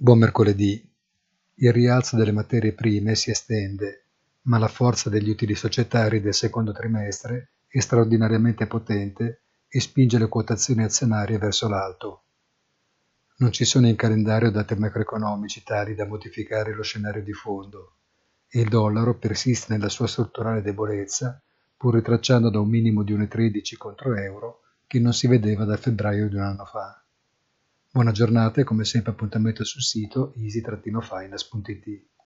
Buon mercoledì. Il rialzo delle materie prime si estende, ma la forza degli utili societari del secondo trimestre è straordinariamente potente e spinge le quotazioni azionarie verso l'alto. Non ci sono in calendario dati macroeconomici tali da modificare lo scenario di fondo e il dollaro persiste nella sua strutturale debolezza, pur ritracciando da un minimo di 1,13 contro euro che non si vedeva dal febbraio di un anno fa. Buona giornata e come sempre appuntamento sul sito easy-finance.it.